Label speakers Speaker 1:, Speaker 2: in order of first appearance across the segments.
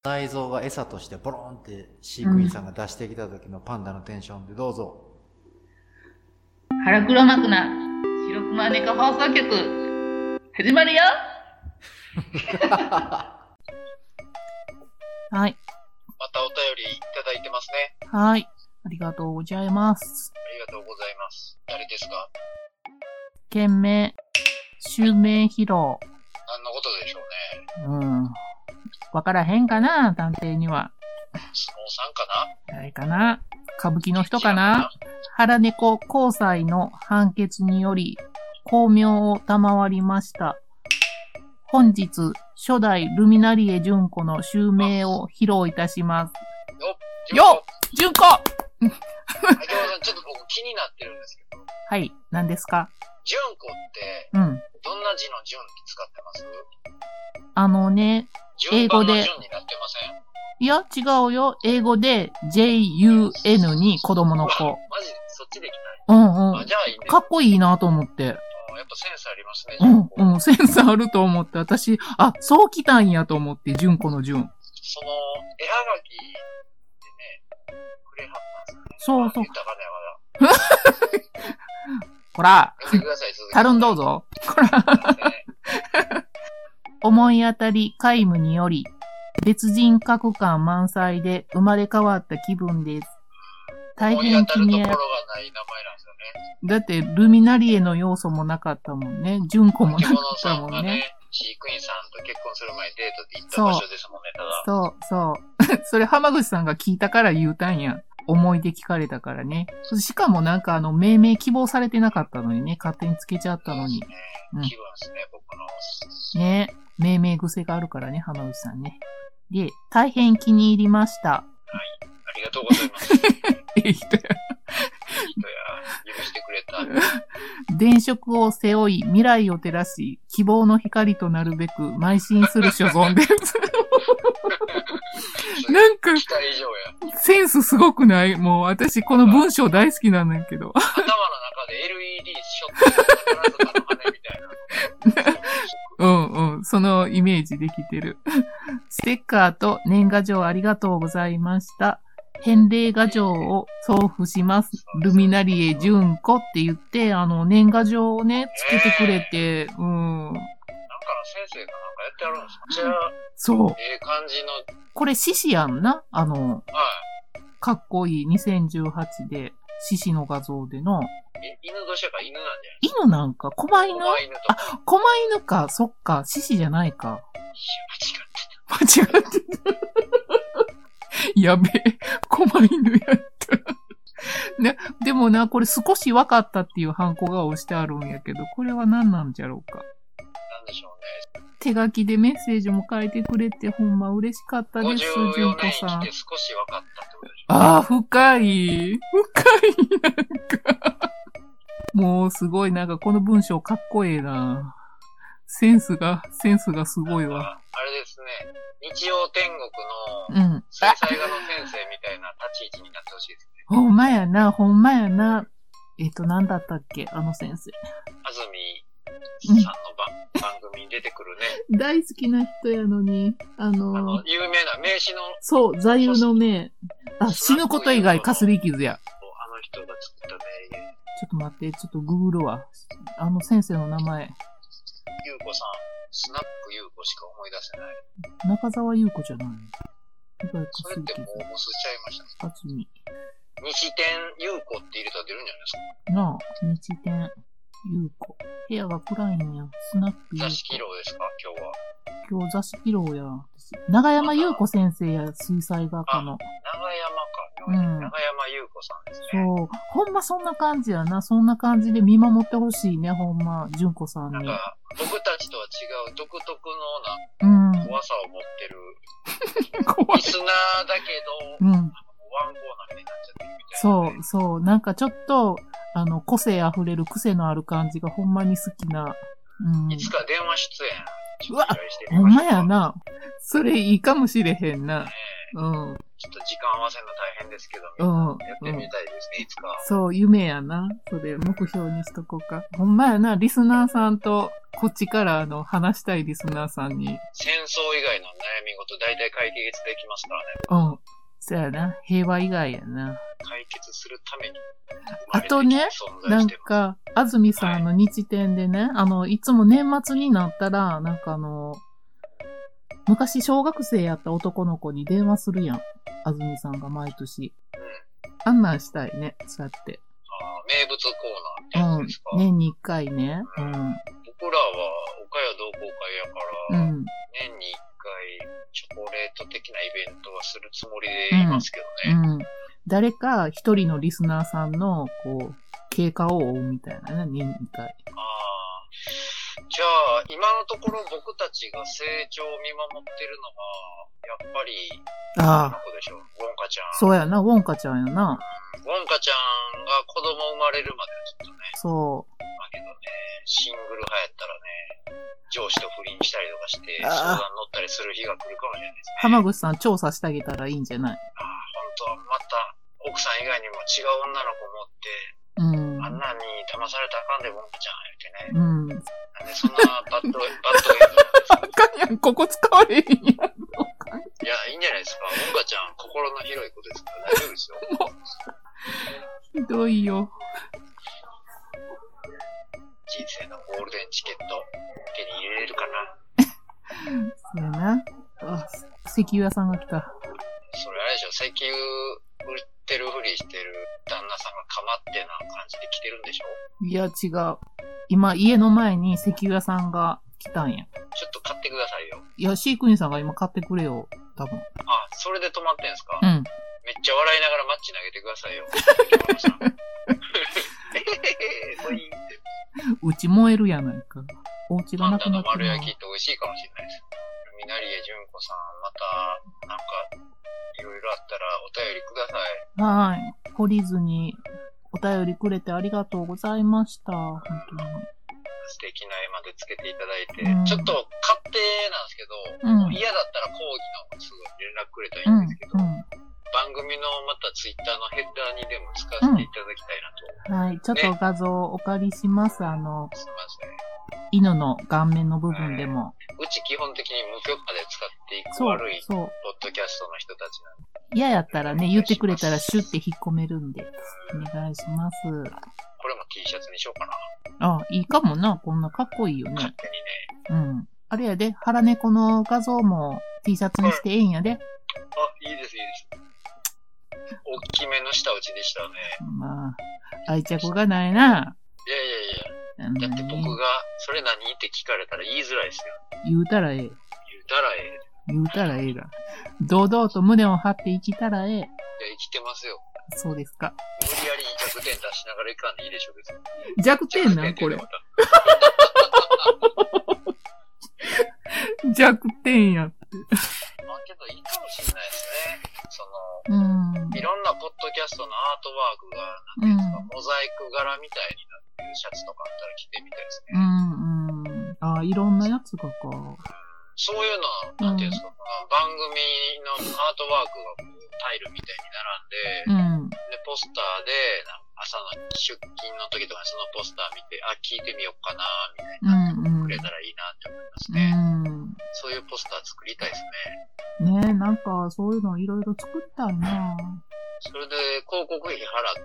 Speaker 1: 内臓が餌としてボロンって飼育員さんが出してきた時のパンダのテンションでどうぞ。
Speaker 2: 腹黒幕な白熊猫放送局始まるよはい。
Speaker 3: またお便りいただいてますね。
Speaker 2: はい。ありがとうございます。
Speaker 3: ありがとうございます。誰ですか？
Speaker 2: 件名、襲名披露。
Speaker 3: 何のことでしょうね。
Speaker 2: わからへんかな、探偵には。
Speaker 3: 相撲さんかな？
Speaker 2: 誰かな？歌舞伎の人かな？腹猫高裁の判決により、功名を賜りました。本日、初代ルミナリエ純子の襲名を披露いたします。よっ純子
Speaker 3: 秋山さん、ちょっと僕気になってるんですけど。
Speaker 2: はい、何ですか？
Speaker 3: 純子って、どんな字の純って使ってます？
Speaker 2: 英語で。
Speaker 3: 順になってません？
Speaker 2: いや、違うよ。英語で JUN に子供の子。
Speaker 3: マジでそっちできない？じゃあいいね。
Speaker 2: かっこいいなと思って。
Speaker 3: やっぱセンスありますね。
Speaker 2: センスあると思って、私、そう来たんやと思って、純子の純。
Speaker 3: その、絵はがきでね、くれはったんですかね。
Speaker 2: そうそう。
Speaker 3: 言ったかね、まだ。
Speaker 2: ほら、たるんどうぞ。
Speaker 3: ほら。
Speaker 2: 思い当たり皆無により、別人格感満載で生まれ変わった気分です。大変気に入らだって、ルミナリエの要素もなかったもんね。純子もなかったもんね。
Speaker 3: 飼育員さんと結婚する前にデートで行った場所ですもんね、ただ。
Speaker 2: そう。それ浜口さんが聞いたから言うたんや。思い出聞かれたからね。しかもなんか命名希望されてなかったのにね、勝手につけちゃったのに。
Speaker 3: 気分ですね、僕の。
Speaker 2: ね、命名癖があるからね、浜口さんね。で、大変気に入りました。
Speaker 3: はい、ありがとうございます。
Speaker 2: いい人や。
Speaker 3: 許してくれた。
Speaker 2: 電飾を背負い、未来を照らし、希望の光となるべく邁進する所存です。なんか、センスすごくない？もう私この文章大好きなんだけど。
Speaker 3: 頭の中で LED ショット宝塚の羽みたいな。
Speaker 2: そのイメージできてる。ステッカーと年賀状ありがとうございました。返礼賀状を送付します。ルミナリエ純子って言って、年賀状をね、つけてくれて、
Speaker 3: なんかの先生がなんかやってあるんですか？じゃあ、
Speaker 2: そう。
Speaker 3: 感じの。
Speaker 2: これ、獅子やんな？
Speaker 3: はい。
Speaker 2: かっこいい2018で、獅子の画像での。
Speaker 3: 犬年やから犬なんじ
Speaker 2: ゃない？犬なんか、狛犬？狛犬か、そっか、獅子じゃないか。間違ってた。やべえ、狛犬やった。ね、でもな、これ少し分かったっていうハンコが押してあるんやけど、これは何なんじゃろうか。
Speaker 3: なんでしょうね。
Speaker 2: 手書きでメッセージも書いてくれて、ほんま嬉しかったです、純子さん。
Speaker 3: 54年生きて少し分かったってことでしょ。
Speaker 2: 深い、なんか。もうすごい、なんかこの文章かっこええな。センスがすごいわ。
Speaker 3: あれですね。日曜天国の水彩画の先生みたいな立ち位置になってほしいですね。
Speaker 2: ほんまやな。なんだったっけ、あの先生。
Speaker 3: 安住さんの番組に出てくるね。
Speaker 2: 大好きな人やのに、
Speaker 3: 有名な名詞の。
Speaker 2: そう、座右の銘。死ぬこと以外かすり傷や。
Speaker 3: あの人が作った名言。
Speaker 2: ちょっと待って、ちょっとグーグルは。先生の名前。
Speaker 3: ゆうこさん、スナックゆうこしか思い出せない。
Speaker 2: 中澤ゆうこじゃない。
Speaker 3: それってもう捨てちゃいました。
Speaker 2: 初に。
Speaker 3: 西天ゆうこって入れたら出るんじゃないです
Speaker 2: か。なあ、西天ゆうこ。部屋が暗いんや。スナックゆうこ。
Speaker 3: 座敷牢ですか、今日は。
Speaker 2: 今日座敷牢や。長山優子先生や、水彩画家の。
Speaker 3: 長山か。長山優子さんですね。
Speaker 2: そう。ほんまそんな感じやな。そんな感じで見守ってほしいね、ほんま。純子さんに。
Speaker 3: なんか、僕たちとは違う独特の怖さを持ってる。リスナーだけど、ワンコーナーみたいになっちゃってるみたいな、
Speaker 2: そう。なんかちょっと、個性あふれる癖のある感じがほんまに好きな。
Speaker 3: いつか電話出演。
Speaker 2: うわ、ほんまやな。それいいかもしれへんな。 うん。
Speaker 3: ちょっと時間合わせるの大変ですけど、やってみたいですね、いつか。
Speaker 2: そう、夢やな。それ、目標にしとこうか。ほんまやな、リスナーさんと、こっちから話したいリスナーさんに。
Speaker 3: 戦争以外の悩み事、大体解決できますから
Speaker 2: ね。うん。そうやな。平和以外やな。
Speaker 3: 解決するために。
Speaker 2: あとね、なんか、安住さんの日展でね、いつも年末になったら、なんか昔小学生やった男の子に電話するやん。安住さんが毎年。あんなんしたいね、そうやって。
Speaker 3: 名物コーナーってやつですか？
Speaker 2: 年に1回ね。
Speaker 3: 僕らは、岡谷同好会やから、年に1回、チョコレート的なイベントはするつもりでいますけどね。
Speaker 2: 誰か一人のリスナーさんの、経過を追うみたいなね、年に1回。
Speaker 3: じゃあ、今のところ僕たちが成長を見守ってるのは、やっぱり、この子でしょ、ウォンカちゃん。
Speaker 2: そうやな、ウォンカちゃんやな。
Speaker 3: ウォンカちゃんが子供生まれるまではちょっとね。
Speaker 2: そう。
Speaker 3: だけどね、シングル派やったらね、上司と不倫したりとかして、相談乗ったりする日が来るかもしれないですね。
Speaker 2: 浜口さん調査してあげたらいいんじゃない？
Speaker 3: 本当はまた、奥さん以外にも違う女の子持って、あんなに騙されたらあかんで、ウォンカちゃん言ってね。なんでそんなバッドゲームなんですか？あかんやん、
Speaker 2: ここ使われへんやん。い
Speaker 3: や、いいんじゃないですか。ウォンカちゃん、心の広い子ですから大丈夫ですよ。
Speaker 2: ひどいよ。
Speaker 3: 人生のゴールデンチケット、手に入れれるかな。
Speaker 2: そうやな。石油屋さんが来た。
Speaker 3: それあれでしょ、石油売ってるふりしてる旦那さんがかまってな感じで来てるんでしょ？
Speaker 2: いや、違う。今、家の前に石油屋さんが来たんや。
Speaker 3: ちょっと買ってくださいよ。
Speaker 2: いや、飼育員さんが今買ってくれよ、多分。
Speaker 3: それで止まってんすか？
Speaker 2: うん。
Speaker 3: めっちゃ笑いながらマッチ投げてくださいよ。
Speaker 2: うち燃えるやないか。お家がなくなってる。
Speaker 3: パンダの丸焼きって美味しいかもしれないです。ルミナリエ純子さん、また、なんか、いろいろあったらお便りください。
Speaker 2: はい。懲りずにお便りくれてありがとうございました。本当に。
Speaker 3: 素敵な絵までつけていただいて、ちょっと勝手なんですけど、嫌だったら講義のすぐ連絡くれたらいいんですけど、番組のまたツイッターのヘッダーにでも使わせていただきたいなと。
Speaker 2: はい。ちょっと画像をお借りします。すいません。犬の顔面の部分でも。
Speaker 3: うち基本的に無許可で使っていく悪いポッドキャストの人たちなんで。
Speaker 2: 嫌やったらね、言ってくれたらシュッて引っ込めるんで、お願いします。
Speaker 3: これも T シャツにしようか
Speaker 2: な。いいかもな。こんなかっこいいよね。
Speaker 3: 勝手にね。
Speaker 2: あれやで、腹猫の画像も T シャツにしてええんやで。
Speaker 3: いいです、いいです。大きめの舌打ちでしたね。
Speaker 2: まあ、愛着がないな。
Speaker 3: いや。だって僕が、それ何って聞かれたら言いづらいですよ。
Speaker 2: 言うたらええ。
Speaker 3: 言うたらええ。
Speaker 2: 堂々と胸を張って生きたらええ。いや、
Speaker 3: 生きてますよ。
Speaker 2: そうですか。
Speaker 3: 無理やり弱点出しながらいかんでいいでしょ、別に。
Speaker 2: 弱点な、これ。弱点やって。
Speaker 3: まあけどいいかもしれないですね。いろんなポッドキャストのアートワークが、なんていうんですか、モザイク柄みたいになってるシャツとかあったら着てみたいですね。
Speaker 2: いろんなやつがか。
Speaker 3: そういうの、なんていうんですか、番組のアートワークがタイルみたいに並んで、で、ポスターで、朝の出勤の時とかそのポスター見て、聞いてみようかな、みたいな、くれたらいいなって思いますね。そういうポスター作りたいです
Speaker 2: ね。ねえ、なんかそういうのいろいろ作ったいな。
Speaker 3: それで広告費払って、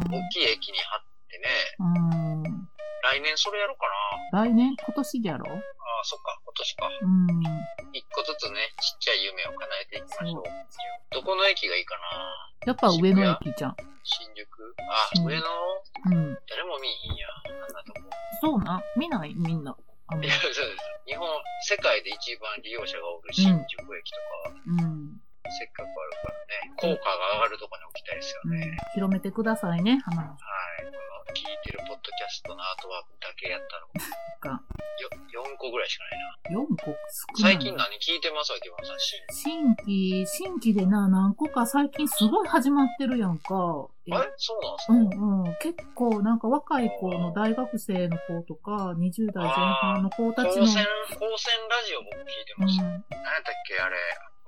Speaker 3: 大きい駅に貼ってね。来年それやろうか
Speaker 2: な。来年？今年やろ？
Speaker 3: そっか、今年か。一個ずつね、ちっちゃい夢を叶えていきましょう。どこの駅がいいかな。
Speaker 2: やっぱ上野駅じゃん。
Speaker 3: 新宿？上野？誰も見えへんや。あんなとこ。
Speaker 2: そうな。見ないみんな。
Speaker 3: いや、そうです。世界で一番利用者がおる新宿駅とか。せっかくあるからね、効果が上がるとこに置きたいですよね。
Speaker 2: 広めてくださいね、花。
Speaker 3: はい。聞いてるポッドキャストのアートワークだけやったの。4個ぐらいしかないな。
Speaker 2: 4個少ない。
Speaker 3: 最近何聞いてますわ、木村さん。
Speaker 2: 新規でな、何個か最近すごい始まってるやんか。
Speaker 3: そうなんですか？
Speaker 2: 結構なんか若い子の大学生の子とか、20代前半の子たちの。
Speaker 3: 高専ラジオ僕聞いてます。何やったっけあれ。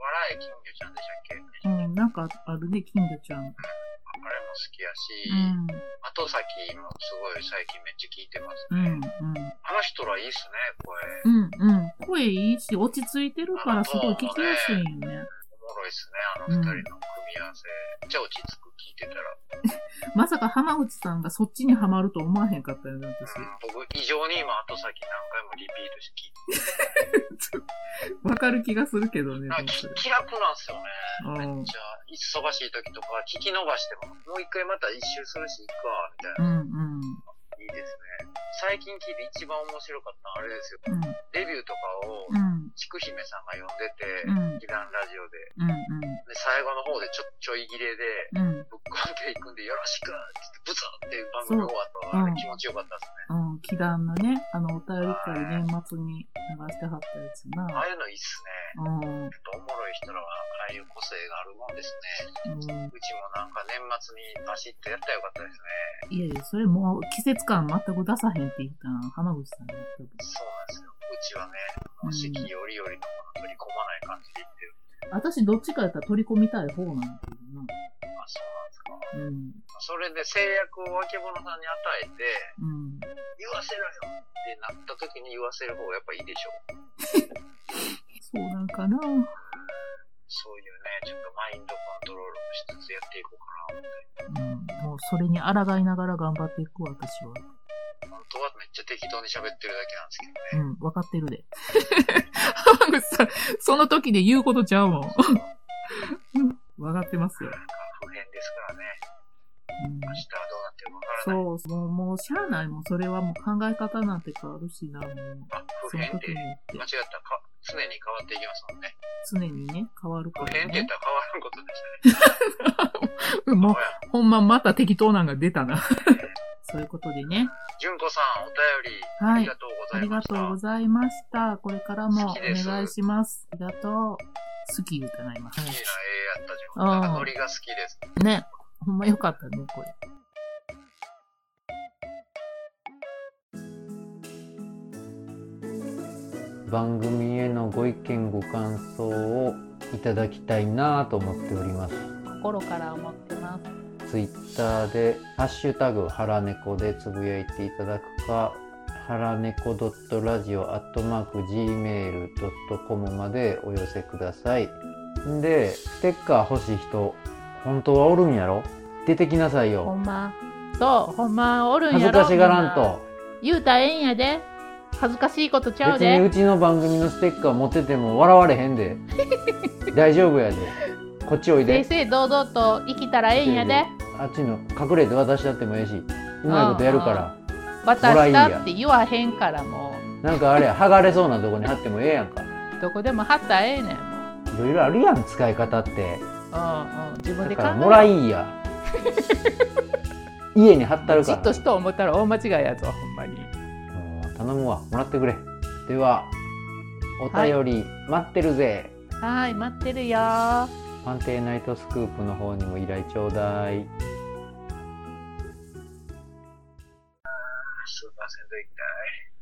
Speaker 3: 笑い金魚ちゃんでしたっけ？
Speaker 2: なんかあるね、金魚ちゃん。
Speaker 3: あれも好きやし、後先もすごい最近めっちゃ聞いてますね。あの人らいいっすね、
Speaker 2: 声。声いいし、落ち着いてるからすごい聞きやすいよね。
Speaker 3: おもろいっすね、あの二人の組み合わせ。めっちゃ落ち着く、聞いてたら。
Speaker 2: まさか浜口さんがそっちにはまると思わへんかったよね、私。
Speaker 3: 僕、異常に今後先何回もリピートして聞いて
Speaker 2: わかる気がするけどね。
Speaker 3: 気楽なんですよね。めっちゃ、忙しい時とか聞き逃しても、もう一回また一周するし行くわ、みたいな。いいですね。最近聞いて一番面白かったのはあれですよ。レビューとかを、ちくひめさんが読んでて、祈願ラジオで。で、最後の方でちょい切れで、ぶっ込んでいくんでよろしくってブツンっていう番組終わったのが、気持ちよかったですね。
Speaker 2: 祈願のね、お便り会年末に流してはったやつな。
Speaker 3: ああいうのいいっすね。やっぱおもろい人らは、ああいう個性があるもんですね。うちもなんか年末にバシッとやったらよかったですね。
Speaker 2: いやいや、それもう季節感全く出さへんって言ったの浜口さんに言ったけど。
Speaker 3: そうなんですよ。うちはね、四季折々のもの取り込まない感じで言ってる。
Speaker 2: 私どっちかやったら取り込みたい方なんだけどな。
Speaker 3: あ、そうなんですか。それで制約をわけぼのさんに与えて、言わせろよってなった時に言わせる方がやっぱいいでしょ。
Speaker 2: そうなんかな。
Speaker 3: そういうね、ちょっとマインドコントロールもしつつやっていこうかな思って。
Speaker 2: もうそれに抗いながら頑張っていくわ、私は。
Speaker 3: 本当はめっちゃ適当に喋ってるだけなんですけどね。
Speaker 2: 分かってるで。浜口さん、その時で言うことちゃうもん。分かってますよ。
Speaker 3: 不変ですからね。明日はどうなってるかわからない。
Speaker 2: そう、もうしゃあないもん。それはもう考え方なんて変わるしな、もう。
Speaker 3: 不変って間違った常に変わっていきますもんね。
Speaker 2: 常にね、変わるから、ね。
Speaker 3: 不変って言ったら変わらんことでしたね。
Speaker 2: もう、ほんままた適当なんが出たな。そういうことでね。
Speaker 3: 純子さん、お便り、ありがとうございました。
Speaker 2: ありがとうございました。これからもお願いします。ありがとう。好き言うたな、今。
Speaker 3: 好きな絵やったじゃん。ノリが好きです。
Speaker 2: ね。ほんまよかったね、これ。
Speaker 1: 番組へのご意見ご感想をいただきたいなと思っております。
Speaker 2: 心から思ってます。
Speaker 1: ツイッターでハッシュタグはらねこでつぶやいていただくか、はらねこ.radio@gmail.com までお寄せください。で、ステッカー欲しい人本当はおるんやろ？出てきなさいよ。
Speaker 2: ほんま。そう、ほんまおるんやろ。
Speaker 1: 恥ずかしがらんと。
Speaker 2: 言うたらええんやで。恥ずかしいことちゃうで。
Speaker 1: 別にうちの番組のステッカー持ってても笑われへんで。大丈夫やで。こっちおいで。
Speaker 2: 正々堂々と生きたらええんやで。
Speaker 1: あっちの隠れて渡しちゃってもええし、うまいことやるから。
Speaker 2: 渡したって言わへんからも
Speaker 1: う。なんかあれ剥がれそうなとこに貼ってもええやんか。
Speaker 2: どこでも貼ったらええねん。い
Speaker 1: ろいろあるやん、使い方って。
Speaker 2: 自分で考える。
Speaker 1: だからもらいいや。家に貼ったるから。
Speaker 2: じっとしと思ったら大間違いやぞ、ほんまに。
Speaker 1: 頼むわ、もらってくれ。では、お便り待ってるぜ。
Speaker 2: はい、待ってるよ。
Speaker 1: 探偵ナイトスクープの方にも依頼ちょうだい。
Speaker 3: スーパー銭湯行きたい。